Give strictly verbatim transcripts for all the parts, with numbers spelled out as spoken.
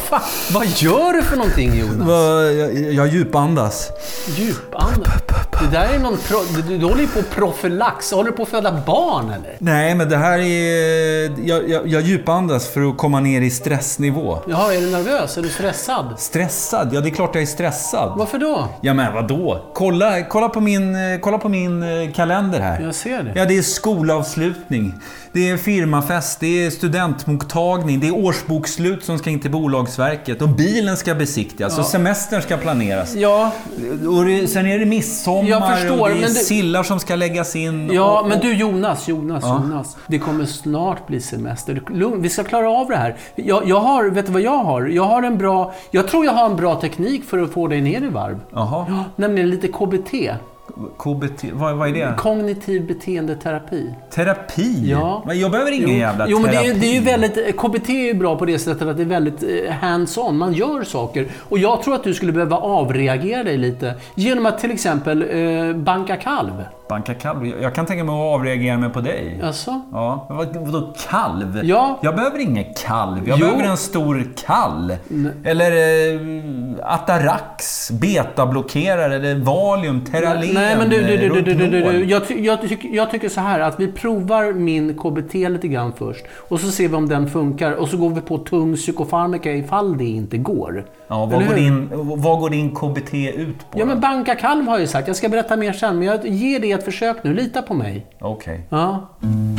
fan, vad gör du för någonting, Jonas? Jag, jag djupandas. Djupandas? Det där är någon pro, du, du håller ju på profylax. Håller du på att föda barn eller? Nej, men det här är... Jag, jag, jag djupandas för att komma ner i stressnivå. Ja, är du nervös? Är du stressad? Stressad? Ja, det är klart jag är stressad. Varför då? Ja, men vadå? Kolla, kolla, på min, kolla på min kalender här. Jag ser det. Ja, det är skolavslutning. Det är firmafest, det är studentmottagning, det är årsbokslut som ska in till Bolagsverket och bilen ska besiktigas ja. och semestern ska planeras. Ja. Och det, sen är det midsommar jag förstår, och det är men det... sillar som ska läggas in. Ja, och, och... men du Jonas, Jonas, ja. Jonas. Det kommer snart bli semester. Lugn, vi ska klara av det här. Jag, jag har, vet du vad jag har? Jag har en bra, jag tror jag har en bra teknik för att få dig ner i varv. Jaha. Ja, nämligen lite K B T. K B T, vad, vad är det? Kognitiv beteendeterapi. Terapi? Ja. Men jag behöver ingen jo. jävla jo, terapi. Jo, men det är, det är ju väldigt... K B T är ju bra på det sättet att det är väldigt hands-on. Man gör saker. Och jag tror att du skulle behöva avreagera dig lite. Genom att till exempel eh, banka kalv. Banka kalv? Jag kan tänka mig att avreagera mig på dig. Alltså? Ja. Vad, vadå kalv? Ja. Jag behöver ingen kalv. Jag jo. behöver en stor kall. Nej. Eller eh, Atarax, betablockerare eller Valium, Teralen. Nej, men du, du, du, du, du, du, du, du. Jag, ty, jag, tyck, jag tycker så här att vi provar min K B T lite grann först. Och så ser vi om den funkar. Och så går vi på tung psykofarmaka ifall det inte går. Ja, vad går, din, vad går din K B T ut på? Ja, men banka kalv har jag ju sagt. Jag ska berätta mer sen. Men jag ger det ett försök nu. Lita på mig. Okej. Okay. Ja.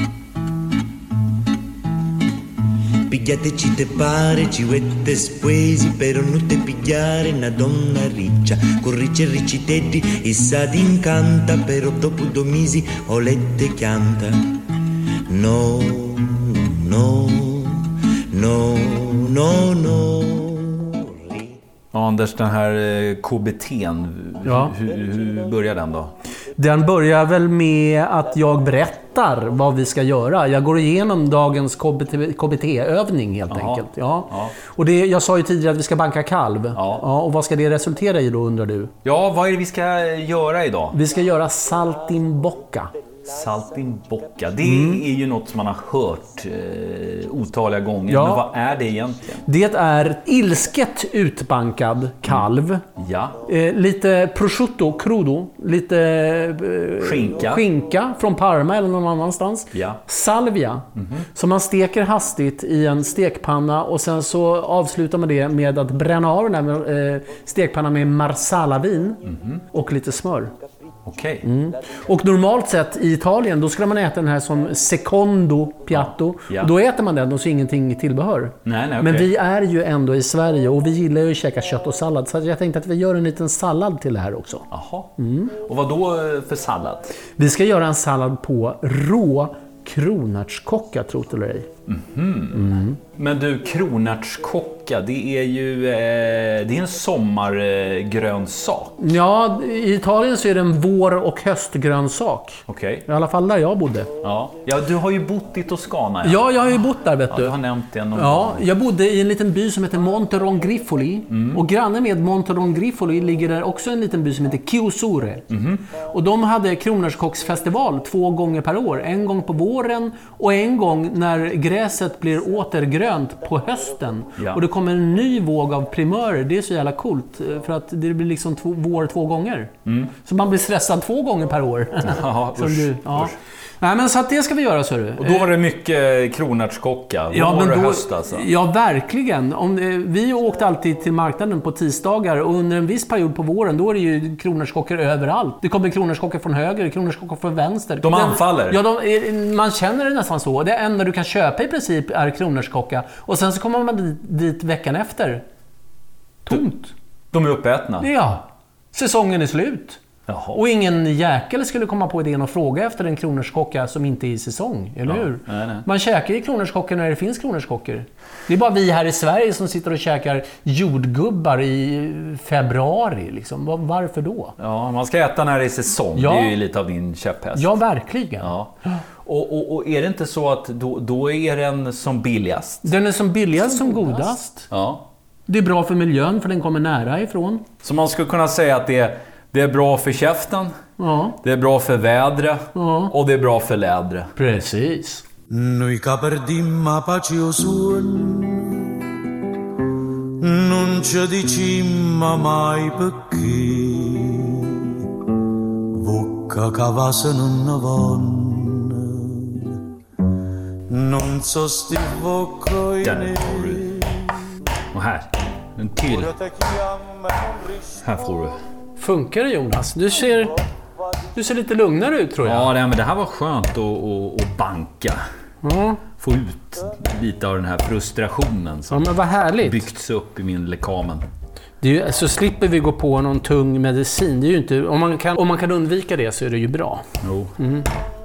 Pigliateci te pare, ciuette spoesi, però non te pigliare una donna riccia, con ricci e ricci teddi, e sa ti incanta, però dopo due mesi o lette chianta. No, no, no, no, no. Ja, Anders, den här K B T:n, ja. hur, hur börjar den då? Den börjar väl med att jag berättar vad vi ska göra. Jag går igenom dagens K B T-övning helt Aha. enkelt. Ja. Ja. Och det, jag sa ju tidigare att vi ska banka kalv. Ja. Ja, och vad ska det resultera i då, undrar du? Ja, vad är det vi ska göra idag? Vi ska göra saltimbocca. Saltimbocca, det mm. är ju något som man har hört eh, otaliga gånger. Ja. Men vad är det egentligen? Det är ilsket utbankad kalv. Mm. Ja. Eh, lite prosciutto crudo. Lite eh, skinka. skinka från Parma eller någon annanstans. Ja. Salvia. Mm-hmm. Som man steker hastigt i en stekpanna. Och sen så avslutar man det med att bränna av den här eh, stekpannan med marsalavin. Mm-hmm. Och lite smör. Okej. Okay. Mm. Och normalt sett i Italien, då ska man äta den här som secondo piatto. Ja. Och då äter man den och så ingenting tillbehör. Nej, nej, okay. Men vi är ju ändå i Sverige och vi gillar ju att käka kött och sallad. Så jag tänkte att vi gör en liten sallad till det här också. Jaha. Mm. Och vad då för sallad? Vi ska göra en sallad på rå kronärtskocka, tror du eller ej. Mm-hmm. Mm. Men du, kronärtskocka, det är ju eh, det är en sommargrönsak. Eh, ja, i Italien så är det en vår- och höstgrönsak. Okej. Okay. I alla fall där jag bodde. Ja, ja du har ju bott i Toscana. Ja, ja jag har ju bott där, vet ja, du. Du har nämnt det någon Ja, gång. jag bodde i en liten by som heter Monterongriffoli. Mm. Och granne med Monterongriffoli ligger där också en liten by som heter Chiusure. Mm. Och de hade kronärtskocksfestival två gånger per år. En gång på våren och en gång när gräset blir återgrönt på hösten. Ja. Och det kommer en ny våg av primörer. Det är så jävla coolt. För att det blir liksom två, vår två gånger. Mm. Så man blir stressad två gånger per år. Ja, som usch, du, ja. usch. Nej, men så att det ska vi göra, så du. Och då var det mycket kronärtskocka. Ja, men då, höst, alltså. Ja, verkligen. Om, eh, vi åkte alltid till marknaden på tisdagar och under en viss period på våren då är det ju kronärtskockor överallt. Det kommer kronärtskockor från höger, kronärtskockor från vänster. De anfaller? Ja, de, man känner det nästan så. Det enda du kan köpa i princip är kronärtskocka. Och sen så kommer man dit, dit veckan efter. Tomt. De är uppätna? Ja. Säsongen är slut. Jaha. Och ingen jäkel skulle komma på idén att fråga efter en kronärtskocka som inte är i säsong, eller ja, hur? Nej, nej. Man käkar ju kronärtskockor när det finns kronärtskockor. Det är bara vi här i Sverige som sitter och käkar jordgubbar i februari. Liksom. Varför då? Ja, man ska äta när det är säsong. Ja. Det är ju lite av din käpphäst. Ja, verkligen. Ja. Och, och, och är det inte så att då, då är den som billigast? Den är som billigast som, som godast. godast. Ja. Det är bra för miljön för den kommer nära ifrån. Så man skulle kunna säga att det är Det är bra för käften, ja. Det är bra för vädret ja. Och det är bra för lädret. Precis. Noi che perdimmo la pace o suon, non ci dicimmo mai perché Vocca cavase non vann Non så sti vocca i Där får du. Och här. En till. Här får du. Funkar det, Jonas? Du ser, du ser lite lugnare ut, tror jag. Ja, det, men det här var skönt att, att, att banka. Ja. Få ut lite av den här frustrationen som Ja, men vad härligt. byggts upp i min lekamen. Det är ju, så slipper vi gå på någon tung medicin. Det är ju inte, om, man kan, om man kan undvika det så är det ju bra. Jo. Mm.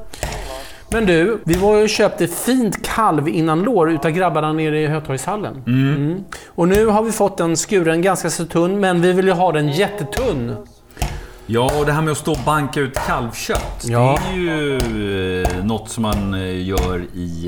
Men du, vi var ju och köpte fint kalv innan lår utav grabbarna nere i Hötorgshallen. Mm. Mm. Och nu har vi fått den skuren ganska så tunn, men vi vill ju ha den jättetunn. Ja, och det här med att stå och banka ut kalvkött, Ja. det är ju eh, något som man eh, gör i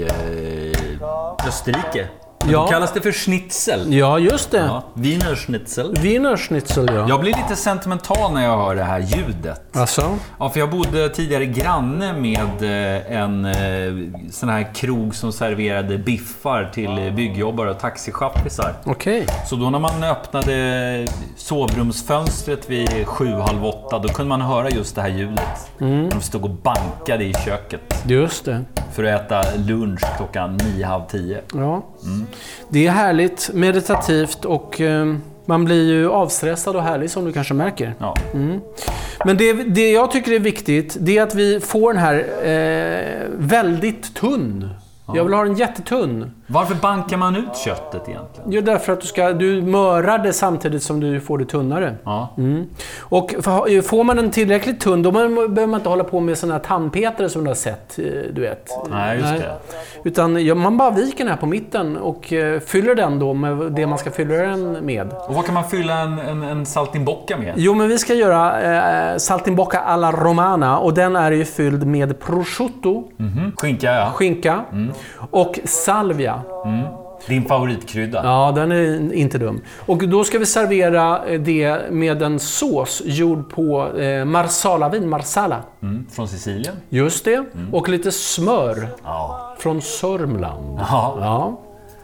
eh, Österrike. Ja. Då kallas det för schnitzel. Ja, just det. Ja, Wiener schnitzel. Wiener Schnitzel, ja. Jag blir lite sentimental när jag hör det här ljudet. Alltså? Ja, för jag bodde tidigare granne med eh, en eh, sån här krog som serverade biffar till eh, byggjobbare och taxichaffisar. Okej. Så då när man öppnade sovrumsfönstret vid sju, halv åtta, då kunde man höra just det här ljudet. Mm. De stod och bankade i köket Just det. för att äta lunch klockan nio, halv tio. Ja. Mm. Det är härligt, meditativt och eh, man blir ju avstressad och härlig, som du kanske märker. Ja. Mm. Men det, det jag tycker är viktigt, det är att vi får den här eh, väldigt tunn. Jag vill ha den jättetunn. Varför bankar man ut köttet egentligen? Jo, därför att du ska du mörar det samtidigt som du får det tunnare. Ja. Mm. Och för, får man den tillräckligt tunn, då behöver man inte hålla på med såna här tandpetare som du har sett, du vet. Nej, just det. Utan ja, man bara viker den här på mitten och uh, fyller den då med det man ska fylla den med. Och vad kan man fylla en, en, en saltimbocca med? Jo, men vi ska göra uh, saltimbocca alla romana, och den är ju fylld med prosciutto, Mm-hmm. Skinka, ja. skinka Mm. och salvia. Mm. Din favoritkrydda. Ja, den är inte dum. Och då ska vi servera det med en sås gjord på eh, marsalavin, marsala. Mm. Från Sicilien. Just det. Mm. Och lite smör Ja. från Sörmland. Ja. Ja.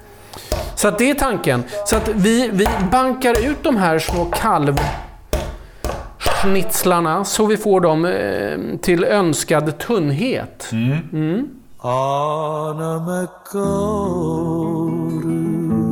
Så att det är tanken. Så att vi, vi bankar ut de här små kalvschnitzlarna så vi får dem eh, till önskad tunnhet. Mm. Mm. Aname core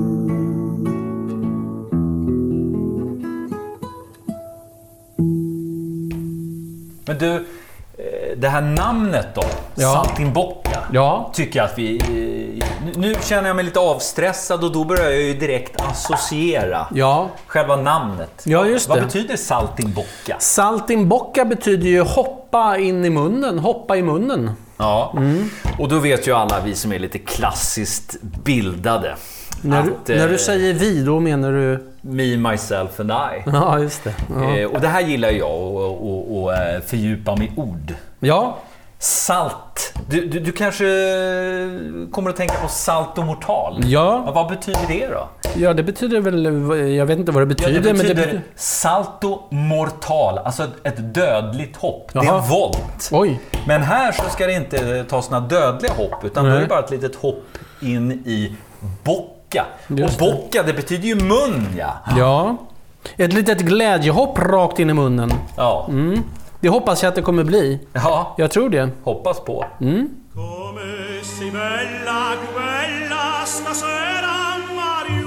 Men du, eh, det här namnet då, Ja. saltimbocca, Ja. tycker jag att vi... eh, Nu, nu känner jag mig lite avstressad och då börjar jag ju direkt associera Ja. själva namnet. Ja, just Vad det. betyder saltimbocca? Saltimbocca betyder ju hoppa in i munnen, hoppa i munnen. Ja, och då vet ju alla vi som är lite klassiskt bildade. När, att, du, när eh, du säger vi, då menar du... Me, myself and I. Ja, just det. Ja. Eh, och det här gillar jag och, och, och eh, fördjupa mig i ord. Ja. Salt. Du, du, du kanske kommer att tänka på salt och mortal. Ja. Vad betyder det då? Ja, det betyder väl... Jag vet inte vad det Ja, betyder, det betyder men det betyder... salto mortal, alltså ett, ett dödligt hopp. Det är Jaha. en volt. Oj. Men här så ska det inte ta såna dödliga hopp, utan Nej. då är det bara ett litet hopp in i bocca. Just och det. bocca, det betyder ju mun, ja. Ja. Ett litet glädjehopp rakt in i munnen. Ja, Mm. Det hoppas jag att det kommer bli. ja. Jag tror det. Hoppas på. Mm. Come sei bella, più bella stasera, Mario.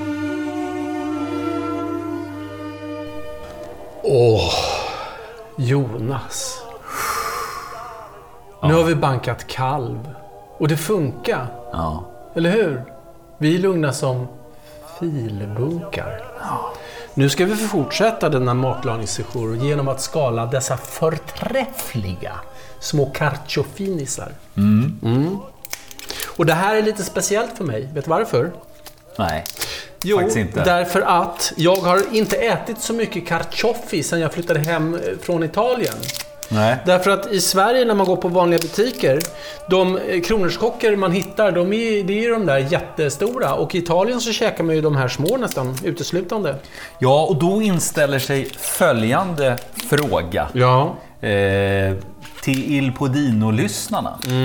Åh, Jonas. Nu har vi bankat kalv. Och det funkar. Ja. Eller hur? Vi är lugna som filbunkar. Nu ska vi fortsätta denna matlagningssession genom att skala dessa förträffliga små carciofinisar. Mm. Mm. Och det här är lite speciellt för mig. Vet du varför? Nej, Jo, faktiskt inte. därför att jag har inte ätit så mycket carciofi sedan jag flyttade hem från Italien. Nej. Därför att i Sverige när man går på vanliga butiker, de kronärtskockor man hittar, de är, det är ju de där jättestora. Och i Italien så käkar man ju de här små nästan uteslutande. Ja, och då inställer sig följande fråga Ja. eh, till Il Podino-lyssnarna. Mm.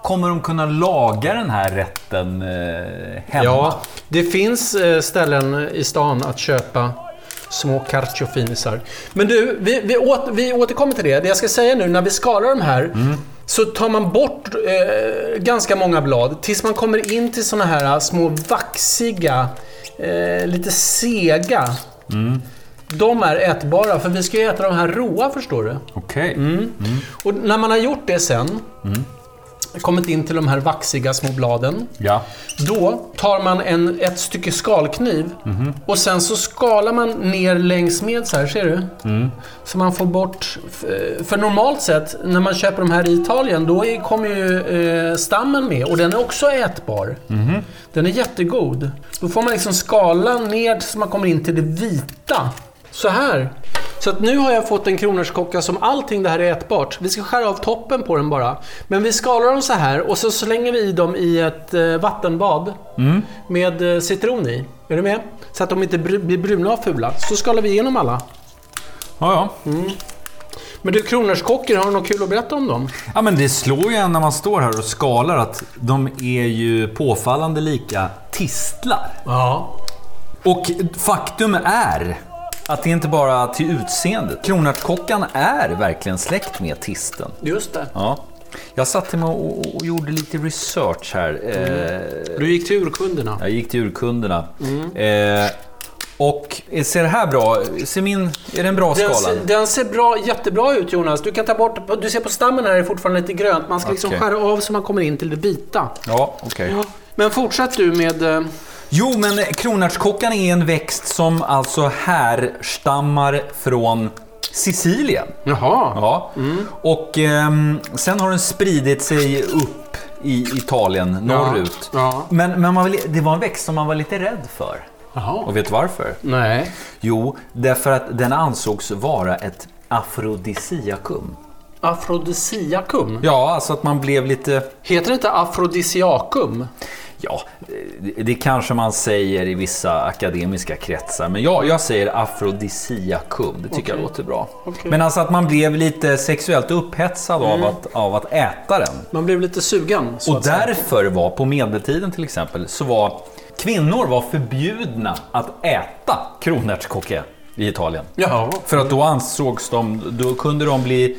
kommer de kunna laga den här rätten eh, hemma? Ja, det finns eh, ställen i stan att köpa små carciofinisar. Men du, vi, vi, åter, vi återkommer till det. Det jag ska säga nu, när vi skalar de här mm. så tar man bort eh, ganska många blad tills man kommer in till såna här små vaxiga, eh, lite sega. Mm. De är ätbara, för vi ska ju äta de här råa, förstår du. Okej. Okay. Mm. Mm. Och när man har gjort det sen, mm. kommit in till de här vaxiga små bladen, ja. Då tar man en, ett stycke skalkniv mm. och sen så skalar man ner längs med så här, ser du? Mm. Så man får bort, för normalt sett när man köper de här i Italien, då kommer ju eh, stammen med och den är också ätbar. Mm. Den är jättegod. Då får man liksom skala ner så man kommer in till det vita. Så här. Så att nu har jag fått en kronärtskocka som allting det här är ätbart. Vi ska skära av toppen på den bara. Men vi skalar dem så här och så slänger vi i dem i ett eh, vattenbad mm. med eh, citron i. Är du med? Så att de inte br- blir bruna och fula. Så skalar vi igenom alla. Ja, ja. Mm. Men du, kronärtskockor, har du något kul att berätta om dem? Ja, men det slår ju en när man står här och skalar att de är ju påfallande lika tistlar. Ja. Och faktum är att det inte bara till utseendet. Kronärtskockan är verkligen släkt med tisten. Just det. Ja. Jag satt med och, och gjorde lite research här. Mm. Du gick till urkunderna. Jag gick till urkunderna. Mm. Eh, och ser det här bra? Ser min, är det en bra den skala? Ser, den ser bra, jättebra ut, Jonas. Du kan ta bort, du ser på stammen här är det fortfarande lite grönt. Man ska okay. liksom skära av så man kommer in till det vita. Ja, okej. Okay. Ja. Men fortsätt du med... Jo, men kronärtskockan är en växt som alltså härstammar från Sicilien. Jaha. Ja. Mm. Och eh, sen har den spridit sig upp i Italien, norrut. Ja. Ja. Men, men man, det var en växt som man var lite rädd för. Jaha. Och vet du varför? Nej. Jo, därför att den ansågs vara ett afrodisiakum. Afrodisiakum? Ja, alltså att man blev lite... Heter det inte afrodisiakum? Ja, det, det kanske man säger i vissa akademiska kretsar. Men jag, jag säger afrodisiakum. Det tycker okay. jag låter bra. Okay. Men alltså att man blev lite sexuellt upphetsad mm. av, att, av att äta den. Man blev lite sugen. Och därför var på medeltiden till exempel så var kvinnor var förbjudna att äta kronärtskocka i Italien. Jaha. För att då ansågs de, då kunde de bli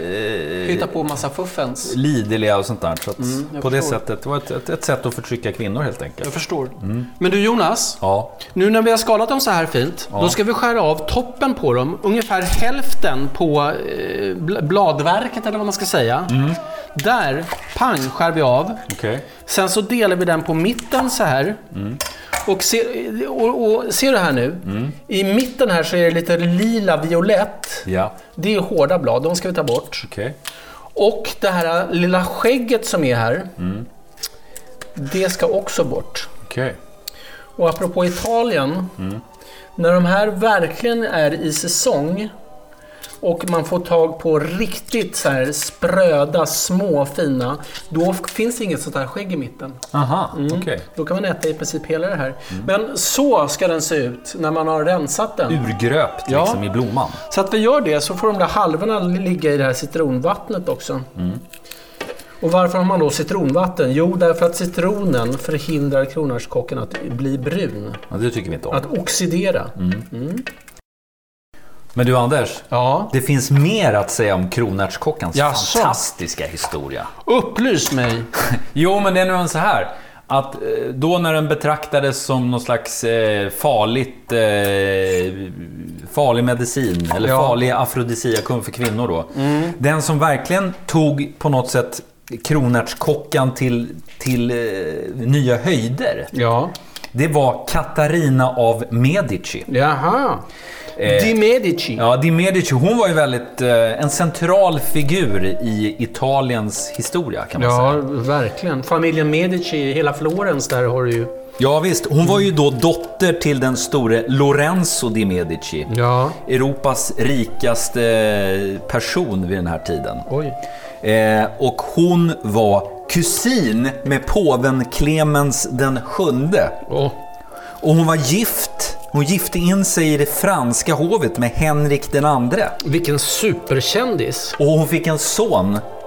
Eh, hitta på massa fuffens. Lideliga och sånt där. Så att mm, på det sättet, det var ett, ett, ett sätt att förtrycka kvinnor helt enkelt. Jag förstår. Mm. Men du Jonas, ja. nu när vi har skalat dem så här fint, ja. då ska vi skära av toppen på dem. Ungefär hälften på eh, bladverket eller vad man ska säga. Mm. Där, pang, skär vi av. Okay. Sen så delar vi den på mitten så här. Mm. Och, se, och, och ser du här nu? Mm. I mitten här så är det lite lila violett. Ja. Det är hårda blad, de ska vi ta bort. Okay. Och det här lilla skägget som är här, mm. det ska också bort. Okay. Och apropå Italien, mm. när de här verkligen är i säsong och man får tag på riktigt så här spröda, små, fina, då finns det inget sånt här skägg i mitten. Aha, mm. okay. Då kan man äta i princip hela det här. Mm. Men så ska den se ut när man har rensat den. Urgröpt ja. liksom i blomman. Så att vi gör det, så får de där halvorna ligga i det här citronvattnet också. Mm. Och varför har man då citronvatten? Jo, därför att citronen förhindrar kronärtskockan att bli brun. Ja, det tycker vi inte om. Att oxidera. Mm. Mm. Men du Anders, ja. det finns mer att säga om kronärtskockans Jaså. fantastiska historia. Upplys mig! Jo, men det är nu så här. Att då när den betraktades som någon slags eh, farligt eh, farlig medicin eller ja. farlig afrodisiakum för kvinnor då. Mm. Den som verkligen tog på något sätt kronärtskockan till, till eh, nya höjder. Ja. Det var Katarina av Medici. Jaha. Di Medici. Ja, Di Medici, hon var ju väldigt eh, en central figur i Italiens historia kan man ja, säga. Ja, verkligen. Familjen Medici, hela Florens där har du ju. Ja visst, hon var ju då dotter till den store Lorenzo Di Medici. Ja. Europas rikaste person vid den här tiden. Oj. Eh, och hon var kusin med påven Clemens den sjunde. Oh. Och hon var gift. Hon gifte in sig i det franska hovet med Henrik den andre. Vilken superkändis. Och hon fick en son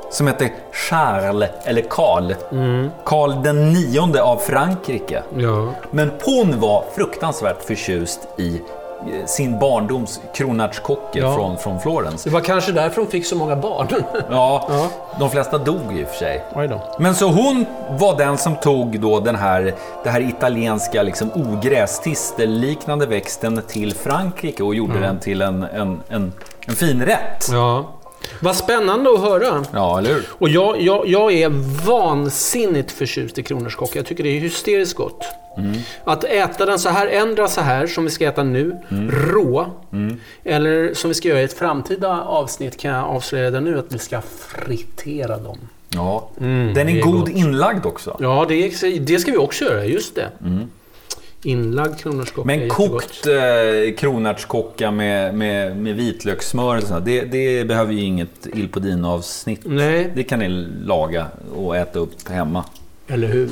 som hette Charles, eller Karl. Mm. Karl den nionde av Frankrike. Ja. Men hon var fruktansvärt förtjust i sin barndoms kronärtskocke ja. från, från Florens. Det var kanske därför hon fick så många barn. ja, ja, de flesta dog i och för sig. Oj då. Men så hon var den som tog då den här, det här italienska liksom ogrästistel-liknande växten till Frankrike och gjorde mm. den till en, en, en, en fin rätt. Ja. Vad spännande att höra. Ja, eller hur? Och jag, jag, jag är vansinnigt förtjust i kronärtskocka. Jag tycker det är hysteriskt gott. Mm. Att äta den så här, ändra så här som vi ska äta nu, mm. rå. Mm. Eller som vi ska göra i ett framtida avsnitt, kan jag avslöja det nu, att vi ska fritera dem. Ja, mm, den är, är god gott. Inlagd också. Ja, det, är, det ska vi också göra, just det. Mm. Inlagd kronärtskocka. Men kokt eh, kronärtskocka med, med, med vitlökssmör och sånt, det, det behöver ju inget Ilpodin-avsnitt. Nej. Det kan ni laga och äta upp hemma. Eller hur?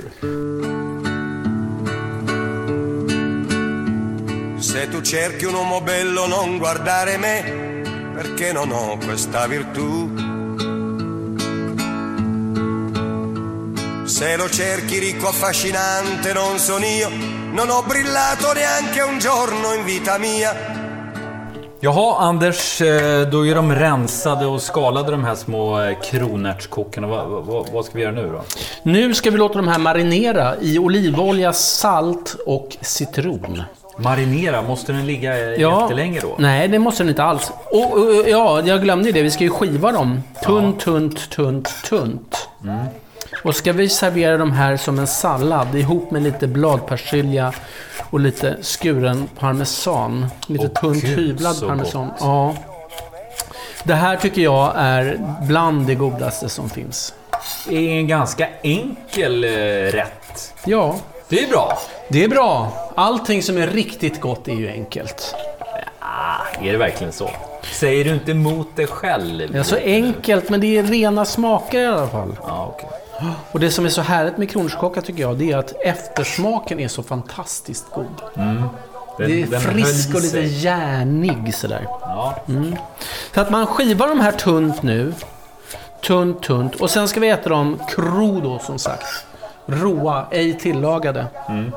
Se tu cerchi un uomo bello non guardare me, perché non ho questa virtù. Se lo cerchi ricco affascinante non sono io, non ho brillato neanche un giorno in vita mia. Jaha, Anders, då är de rensade och skalade de här små kronärtskockorna. Vad, vad, vad ska vi göra nu då? Nu ska vi låta de här marinera i olivolja, salt och citron. Marinera, måste den ligga ja, efter länge då? Nej, det måste den inte alls. Och, och ja, jag glömde det, vi ska ju skiva dem. Tunt, ja. tunt, tunt, tunt. Mm. Och ska vi servera de här som en sallad ihop med lite bladpersilja och lite skuren parmesan. Lite oh, tunt Gud, hyvlad parmesan. Ja. Det här tycker jag är bland det godaste som finns. Det är en ganska enkel eh, rätt. Ja. Det är bra. Det är bra. Allting som är riktigt gott är ju enkelt. Ja, är det verkligen så? Säger du inte emot dig själv? Det är så enkelt, men det är rena smaker i alla fall. Ja, okej. Okay. Och det som är så härligt med kronärtskocka tycker jag, det är att eftersmaken är så fantastiskt god. Mm. Den, det är frisk och lite järnig sådär. Ja. Mm. Så att man skivar de här tunt nu. Tunt, tunt. Och sen ska vi äta dem kro då, som sagt. Råa, ej tillagade. Mm.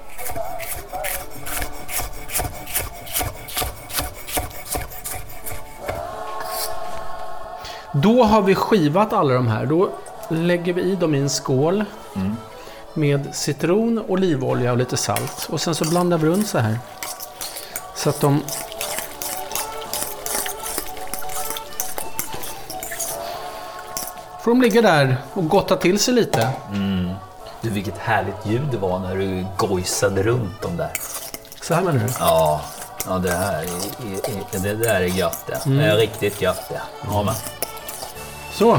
Då har vi skivat alla de här. Då lägger vi i dem i en skål mm. med citron, olivolja och lite salt. Och sen så blandar vi runt så här. Så att de... får de ligga där och gotta till sig lite. Mm. Du, vilket härligt ljud det var när du gojsade runt dem där. Så här menar du? Ja, ja det här är, är, det där är gött det. Mm. Det är riktigt gött det. Ja, men. Så.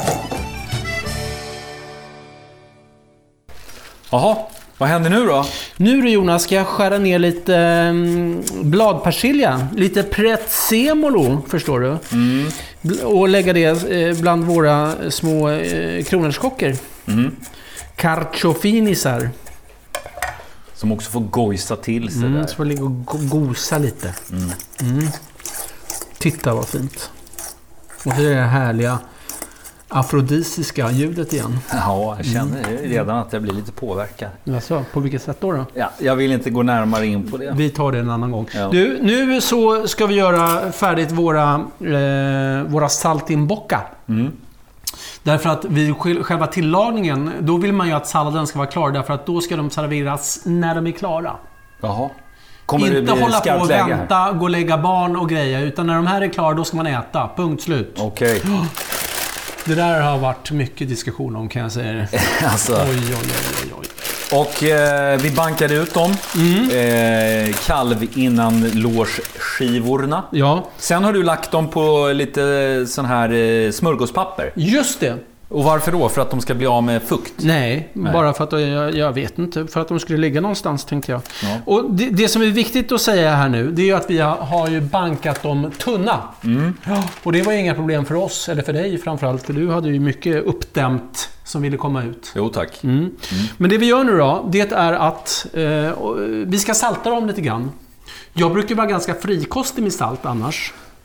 Jaha, vad händer nu då? Nu då, Jonas, ska jag skära ner lite um, bladpersilja. Lite prezzemolo, förstår du. Mm. Och lägga det eh, bland våra små eh, kronärtskockor. Mm. Carciofinisar. Som också får gojsa till sig mm, där. Så får ligga och gosa lite. Mm. Mm. Titta vad fint. Och så är det härliga afrodisiska ljudet igen. Ja, jag känner mm. redan att jag blir lite påverkad. Alltså, på vilket sätt då då? Ja, jag vill inte gå närmare in på det. Vi tar det en annan gång. Ja. Du, nu så ska vi göra färdigt våra, eh, våra saltimbocca. Mm. Därför att vid själva tillagningen, då vill man ju att salladen ska vara klar. Därför att då ska de serveras när de är klara. Jaha. Kommer inte hålla på och vänta, här? Gå och lägga barn och grejer. Utan när de här är klara, då ska man äta. Punkt slut. Okej. Okay. Det där har varit mycket diskussion om, kan jag säga det. Alltså. Oj, oj, oj, oj. Och eh, vi bankade ut dem. Mm. Eh, kalv innan lårsskivorna. Ja. Sen har du lagt dem på lite sån här eh, smörgåspapper. Just det. Och varför då? För att de ska bli av med fukt? Nej, Nej. bara för att jag, jag vet inte. För att de skulle ligga någonstans, tänkte jag. Ja. Och det, det som är viktigt att säga här nu, det är ju att vi har, har ju bankat dem tunna. Mm. Och det var inga problem för oss, eller för dig framförallt. För du hade ju mycket uppdämt som ville komma ut. Jo, tack. Mm. Mm. Men det vi gör nu då, det är att eh, vi ska salta dem lite grann. Jag brukar vara ganska frikostig med salt annars.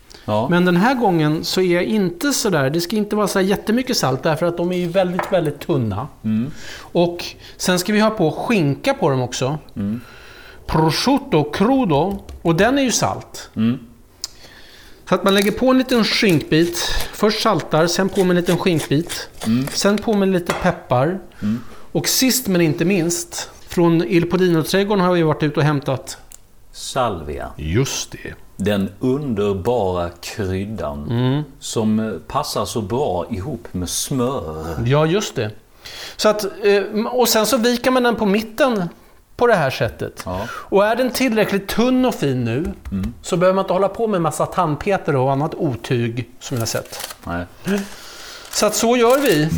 Ja. Men den här gången så är jag inte så där. Det ska inte vara så här jättemycket salt därför att de är ju väldigt, väldigt tunna. Mm. Och sen ska vi ha på skinka på dem också. Mm. Prosciutto crudo. Och den är ju salt. Mm. Så att man lägger på en liten skinkbit. Först saltar, sen på med en liten skinkbit. Mm. Sen på med lite peppar. Mm. Och sist men inte minst, från Il Podino-trädgården har vi varit ute och hämtat salvia. Just det. Den underbara kryddan mm. som passar så bra ihop med smör. Ja, just det. Så att, och sen så viker man den på mitten på det här sättet. Ja. Och är den tillräckligt tunn och fin nu mm. så behöver man inte hålla på med massa tandpeter och annat otyg som jag har sett. Nej. Så att så gör vi.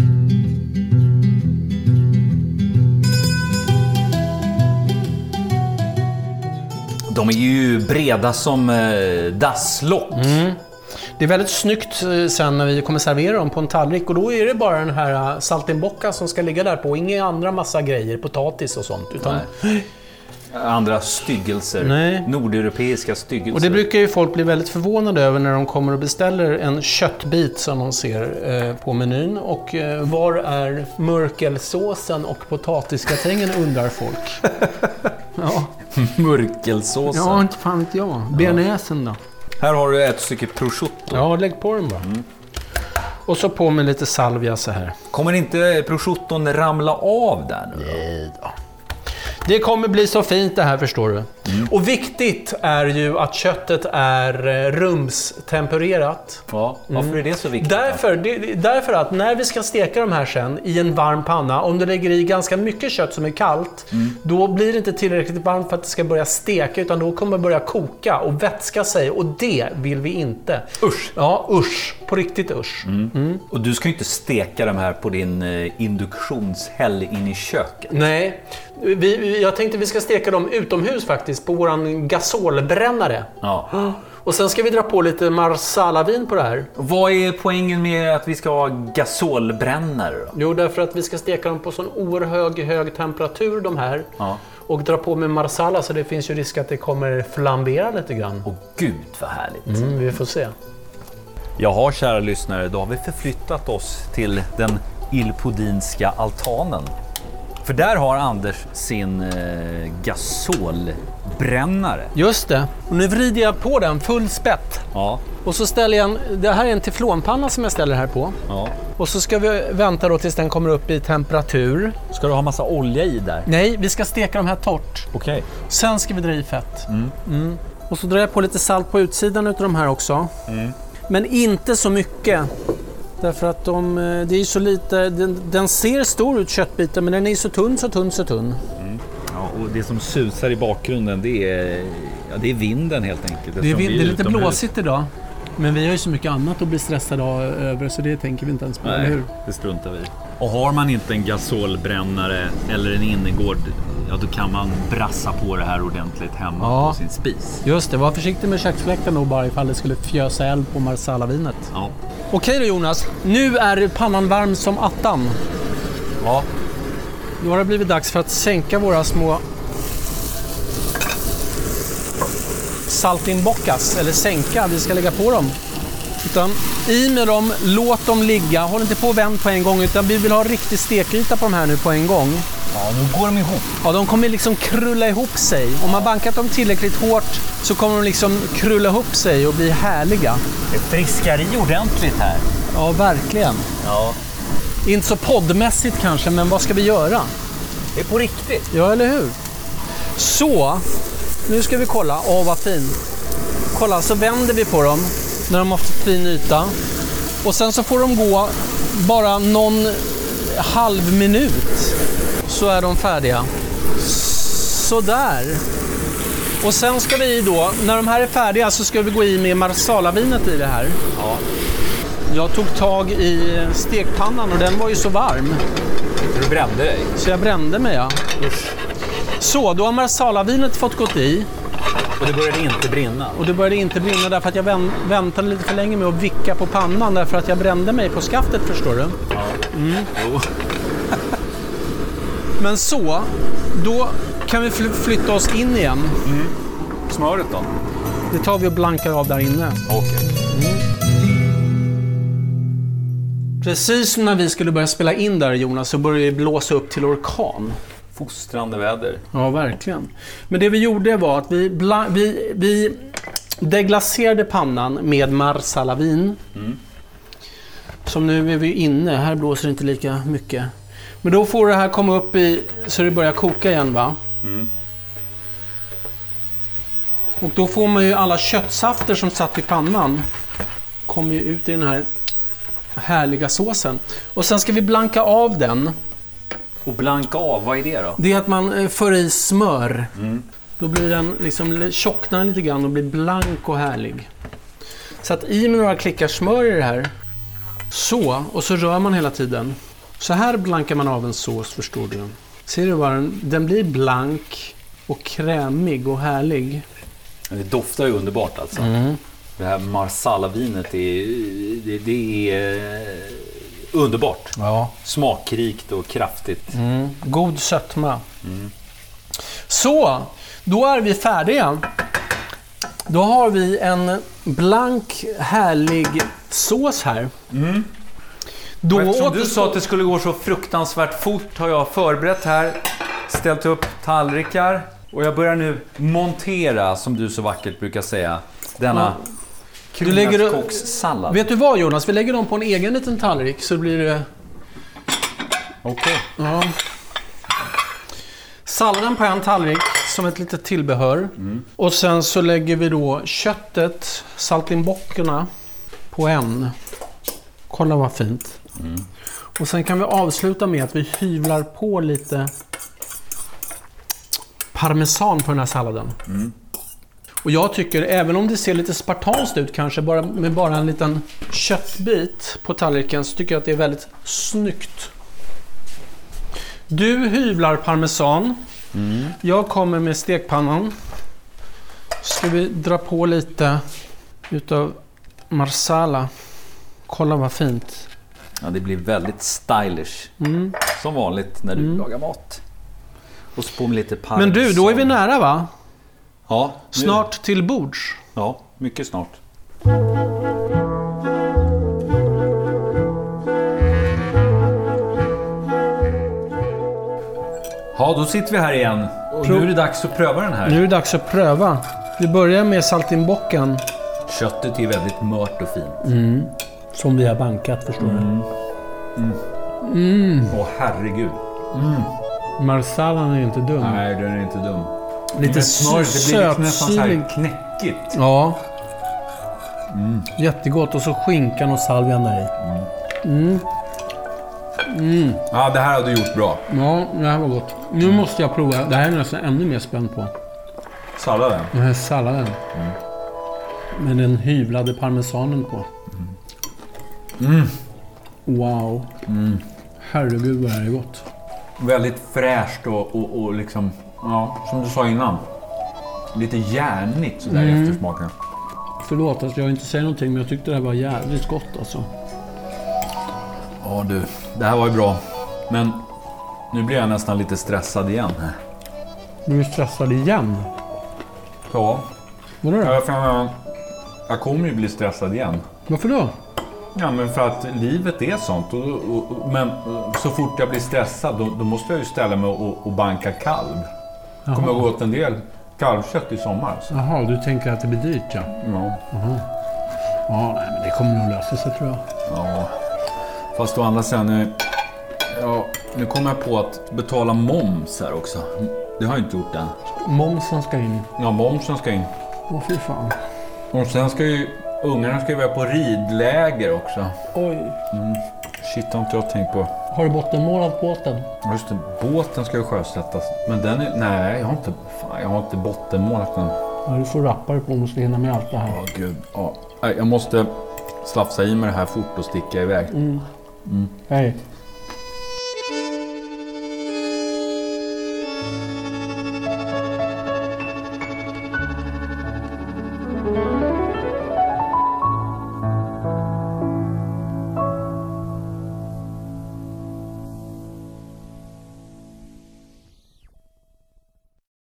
De är ju breda som eh, dasslock. Mm. Det är väldigt snyggt sen när vi kommer servera dem på en tallrik. Och då är det bara den här saltimbocca som ska ligga där på. Inga andra massa grejer, potatis och sånt. Utan... Nej. Andra styggelser. Nej. Nordeuropeiska styggelser. Och det brukar ju folk bli väldigt förvånade över när de kommer och beställer en köttbit som de ser eh, på menyn. Och eh, var är mörkelsåsen och potatisgratängen undrar folk. Ja. Mörkelsåsen? Ja, inte fan vet jag. Bearnaisen då. Här har du ett stycke prosciutto. Ja, lägg på den bara. Mm. Och så på med lite salvia så här. Kommer inte prosciutton ramla av där nu då? Nej då. Det kommer bli så fint det här, förstår du. Mm. Och viktigt är ju att köttet är rumstempererat. Ja, varför är det så viktigt? Därför, det, därför att när vi ska steka de här sen i en varm panna, om du lägger i ganska mycket kött som är kallt, mm. då blir det inte tillräckligt varmt för att det ska börja steka, utan då kommer det börja koka och vätska sig, och det vill vi inte. Usch! Ja, usch. På riktigt usch. Mm. Mm. Och du ska ju inte steka de här på din induktionshäll in i köket. Nej. Vi, jag tänkte vi ska steka dem utomhus faktiskt på våran gasolbrännare. Ja. Och sen ska vi dra på lite marsalavin på det här. Vad är poängen med att vi ska ha gasolbrännare då? Jo, därför att vi ska steka dem på sån oerhört hög temperatur de här. Ja. Och dra på med marsala, så det finns ju risk att det kommer flambera lite grann. Åh gud vad härligt. Mm, vi får se. Jaha, kära lyssnare, då har vi förflyttat oss till den ilpodinska altanen. För där har Anders sin eh, gasolbrännare. Just det. Och nu vrider jag på den full spett. Ja. Och så ställer jag en, det här är en teflonpanna som jag ställer här på. Ja. Och så ska vi vänta då tills den kommer upp i temperatur. Ska du ha massa olja i där? Nej, vi ska steka de här torrt. Okej. Okay. Sen ska vi dra i fett. Mm. Mm. Och så drar jag på lite salt på utsidan utav de här också. Mm. Men inte så mycket. Därför att de, det är så lite, den, den ser stor ut köttbiten, men den är så tunn, så tunn, så tunn. Mm. Ja, och det som susar i bakgrunden, det är, ja, det är vinden helt enkelt. Det är, vind, det är lite blåsigt idag. Men vi har ju så mycket annat att bli stressade över, så det tänker vi inte ens på. Nej, hur? Det struntar vi. Och har man inte en gasolbrännare eller en innergård, ja, då kan man brassa på det här ordentligt hemma ja. på sin spis. Just det, var försiktig med köksfläkten då bara ifall det skulle fjösa eld på marsalavinet. Ja. Okej då Jonas, nu är pannan varm som attan. Ja. Nu har det blivit dags för att sänka våra små saltimbockas, eller sänka, vi ska lägga på dem. Utan i med dem, låt dem ligga, håll inte på och vänd på en gång, utan vi vill ha riktig stekyta på de här nu på en gång. Ja, nu går de ihop. Ja, de kommer liksom krulla ihop sig. Om man bankat dem tillräckligt hårt så kommer de liksom krulla ihop sig och bli härliga. Det friskar i ordentligt här. Ja, verkligen. Ja. Inte så poddmässigt kanske, men vad ska vi göra? Det är på riktigt. Ja, eller hur? Så, nu ska vi kolla. Åh, vad fin. Kolla, så vänder vi på dem när de har fått fin yta. Och sen så får de gå bara någon halv minut. Så är de färdiga. Så där. Och sen ska vi då, när de här är färdiga, så ska vi gå i med marsalavinet i det här. Ja. Jag tog tag i stekpannan och den var ju så varm. Du brände dig? Så jag brände mig, ja. Usch. Så, då har marsalavinet fått gått i. Och det började inte brinna? Och det började inte brinna därför att jag väntade lite för länge med att vicka på pannan. Därför att jag brände mig på skaftet, förstår du? Ja. Mm. Oh. Men så, då kan vi flytta oss in igen. Mm. Smöret då? Det tar vi och blankar av där inne. Okej. Precis som när vi skulle börja spela in där, Jonas, så började det blåsa upp till orkan. Fostrande väder. Ja, verkligen. Men det vi gjorde var att vi, bla- vi, vi deglacerade pannan med marsalavin. Mm. Som nu är vi inne. Här blåser det inte lika mycket. Men då får det här komma upp i så det börjar koka igen, va? Mm. Och då får man ju alla köttsafter som satt i pannan kommer ju ut i den här härliga såsen. Och sen ska vi blanka av den. Och blanka av, vad är det då? Det är att man för i smör. Mm. Då blir den liksom tjocknar lite grann och blir blank och härlig. Så att i med några klickar smör i det här. Så, och så rör man hela tiden. Så här blankar man av en sås, förstår du. Ser du vad den, den blir blank och krämig och härlig. Det doftar ju underbart alltså. Mm. Det här marsalavinet är, det, det är underbart. Ja. Smakrikt och kraftigt. Mm. God sötma. Mm. Så, då är vi färdiga. Då har vi en blank, härlig sås här. Mm. Då eftersom du sa att det skulle gå så fruktansvärt fort har jag förberett här. Ställt upp tallrikar. Och jag börjar nu montera, som du så vackert brukar säga, denna ja. kronärtskockssallad. Vet du vad, Jonas? Vi lägger dem på en egen liten tallrik så blir det... Okej. Okay. Ja. Salladen på en tallrik som ett litet tillbehör. Mm. Och sen så lägger vi då köttet, saltimbockerna på en. Kolla vad fint. Mm. Och sen kan vi avsluta med att vi hyvlar på lite parmesan på den här salladen. Mm. Och jag tycker, även om det ser lite spartanskt ut kanske, bara, med bara en liten köttbit på tallriken, så tycker jag att det är väldigt snyggt. Du hyvlar parmesan. Mm. Jag kommer med stekpannan. Ska vi dra på lite utav marsala. Kolla vad fint. Ja, det blir väldigt stylish. Mm. Som vanligt när du mm. lagar mat. Och så på med lite parmesan. Men du, då är vi nära, va? Ja. Nu. Snart till bords. Ja, mycket snart. Ja, då sitter vi här igen. Och Pro- nu är det dags att pröva den här. Nu är det dags att pröva. Vi börjar med saltimbocken. Köttet är väldigt mört och fint. Mm. Som vi har bankat, förstår du. Mm. Mm. Mm. Åh, herregud. Mm. Marsalan är inte dum. Nej, den är inte dum. Lite smör, det blir liksom nästan så här knäckigt. Ja. Mm. Jättegott. Och så skinkan och salvian där i. Mm. Mm. Mm. Ja, det här har du gjort bra. Ja, det här var gott. Nu mm. måste jag prova. Det här är nästan ännu mer spänd på. Salladen? Den här salladen. Mm. Med den hyvlade parmesanen på. Mm. Mm. Wow. Mm. Herregud vad det är gott. Väldigt fräscht och, och, och liksom, ja, som du sa innan. Lite järnigt sådär mm. i eftersmaken. Förlåt att jag inte säger någonting, men jag tyckte det här var jävligt gott alltså. Ja du, det här var ju bra. Men nu blir jag nästan lite stressad igen. Du är stressad igen? Ja. Vadå då? Jag, jag, jag kommer ju bli stressad igen. Varför då? Ja, men för att livet är sånt. Och, och, och, men så fort jag blir stressad, då, då måste jag ju ställa mig och, och banka kalv. Jag kommer gå åt en del kalvkött i sommar. Jaha, du tänker att det blir dyrt, ja? Ja. Aha. Ja, nej, men det kommer nog lösa sig, tror jag. Ja. Fast å andra sidan, ja, nu kommer jag på att betala moms här också. Det har jag inte gjort än. Momsen ska in. Ja, momsen ska in. Åh, fy fan. Och sen ska ju ungarna ska ju vara på ridläger också. Oj. Mm. Shit, har inte jag tänkt på. Har du bottenmålat båten? Just det, båten ska ju sjösättas. Men den är, nej, jag har inte, fan, jag har inte bottenmålat den. Ja, du får rappa dig på om du ska hinna med allt det här. Ja, gud. Ja. Jag måste slafsa i mig det här fort och sticka iväg. Mm. Mm. Hej.